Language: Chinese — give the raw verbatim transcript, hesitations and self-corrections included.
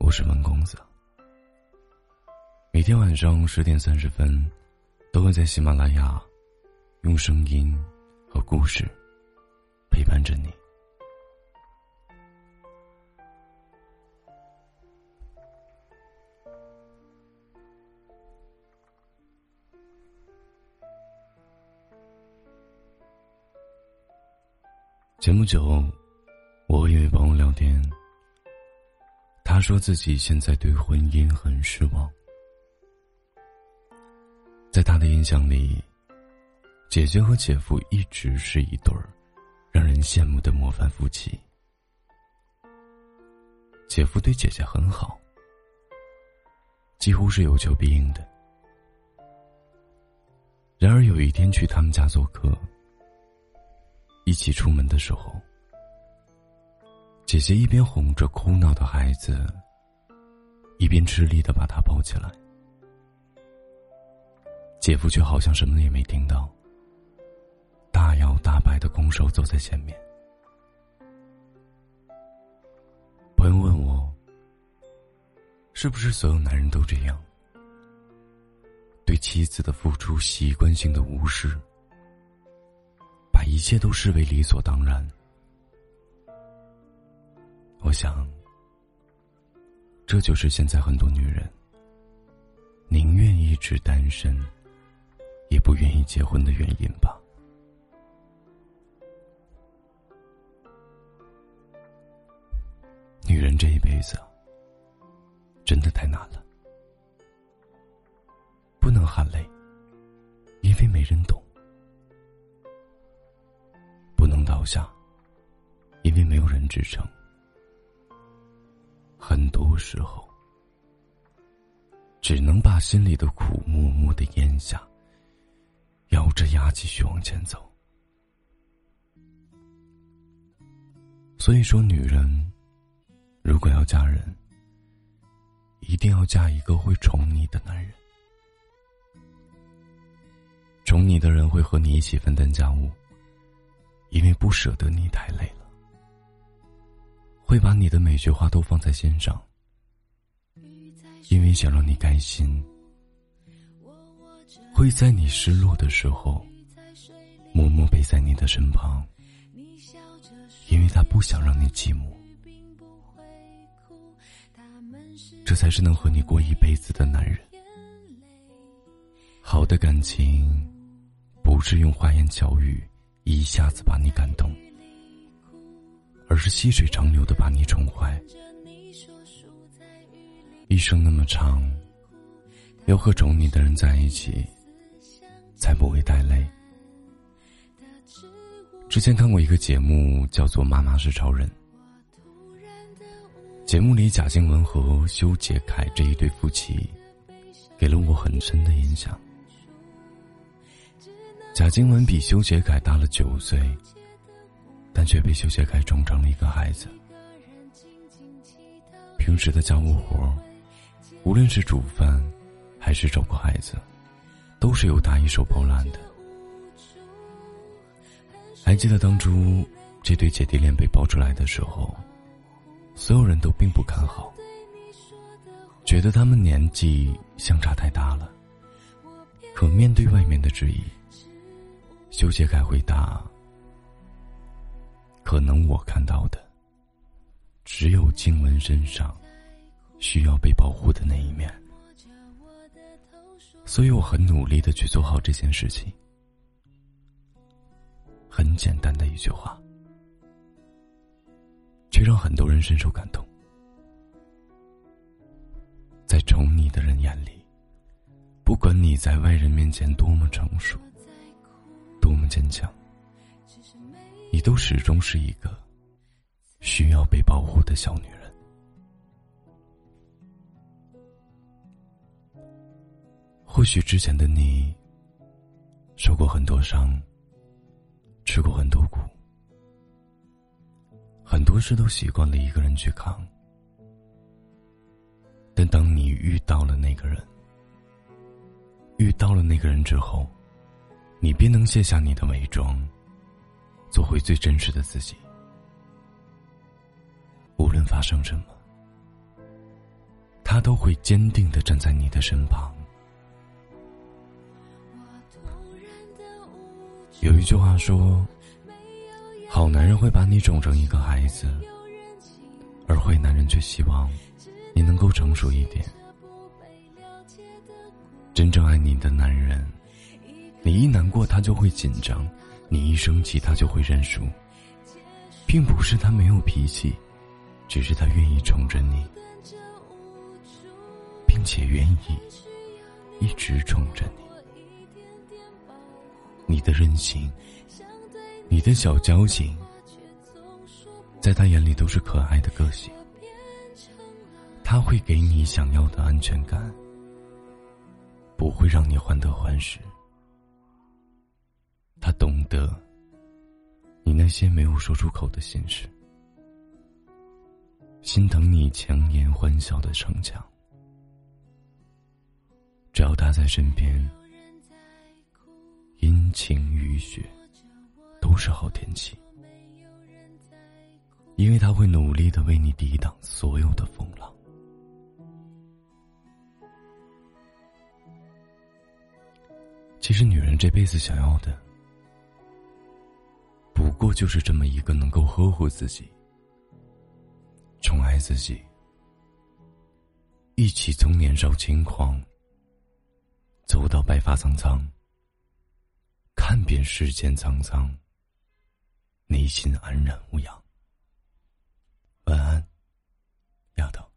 我是文公子，每天晚上十点三十分，都会在喜马拉雅用声音和故事陪伴着你。前不久，我和一位朋友聊天，他说自己现在对婚姻很失望。在他的印象里，姐姐和姐夫一直是一对儿让人羡慕的模范夫妻。姐夫对姐姐很好，几乎是有求必应的。然而有一天去他们家做客，一起出门的时候，姐姐一边哄着哭闹的孩子，一边吃力地把他抱起来。姐夫却好像什么也没听到，大摇大摆地拱手走在前面。朋友问我，是不是所有男人都这样，对妻子的付出习惯性的无视，把一切都视为理所当然？我想，这就是现在很多女人宁愿一直单身，也不愿意结婚的原因吧。女人这一辈子真的太难了，不能喊累，因为没人懂；不能倒下，因为没有人支撑。很多时候，只能把心里的苦默默地咽下，咬着牙继续往前走。所以说，女人如果要嫁人，一定要嫁一个会宠你的男人。宠你的人会和你一起分担家务，因为不舍得你太累了，会把你的每句话都放在心上，因为想让你开心，会在你失落的时候默默陪在你的身旁，因为他不想让你寂寞。这才是能和你过一辈子的男人。好的感情不是用花言巧语一下子把你感动，而是细水长流的把你宠坏。一生那么长，要和宠你的人在一起，才不会太累。之前看过一个节目，叫做《妈妈是超人》。节目里贾静雯和修杰楷这一对夫妻，给了我很深的印象。贾静雯比修杰楷大了九岁，但却被修杰楷宠成了一个孩子。平时的家务活，无论是煮饭还是照顾孩子，都是由他一手包揽的。还记得当初这对姐弟恋被爆出来的时候，所有人都并不看好，觉得他们年纪相差太大了。可面对外面的质疑，修杰楷回答，可能我看到的只有静雯身上需要被保护的那一面，所以我很努力地去做好这件事情。很简单的一句话，却让很多人深受感动。在宠你的人眼里，不管你在外人面前多么成熟，多么坚强，你都始终是一个需要被保护的小女人。或许之前的你受过很多伤，吃过很多苦，很多事都习惯了一个人去扛。但当你遇到了那个人，遇到了那个人之后，你便能卸下你的伪装，做回最真实的自己。无论发生什么， 他都会坚定地站在你的身旁。有一句话说，好男人会把你宠成一个孩子，而坏男人却希望你能够成熟一点。真正爱你的男人，你一难过他就会紧张，你一生气他就会认输，并不是他没有脾气，只是他愿意宠着你，并且愿意一直宠着你。你的任性，你的小矫情，在他眼里都是可爱的个性。他会给你想要的安全感，不会让你患得患失。他懂得你那些没有说出口的心事，心疼你强颜欢笑的逞强。只要他在身边，阴晴雨雪都是好天气，因为他会努力地为你抵挡所有的风浪。其实女人这辈子想要的，不过就是这么一个能够呵护自己、宠爱自己，一起从年少轻狂走到白发苍苍，看遍世间沧桑，内心安然无恙。晚安，丫头。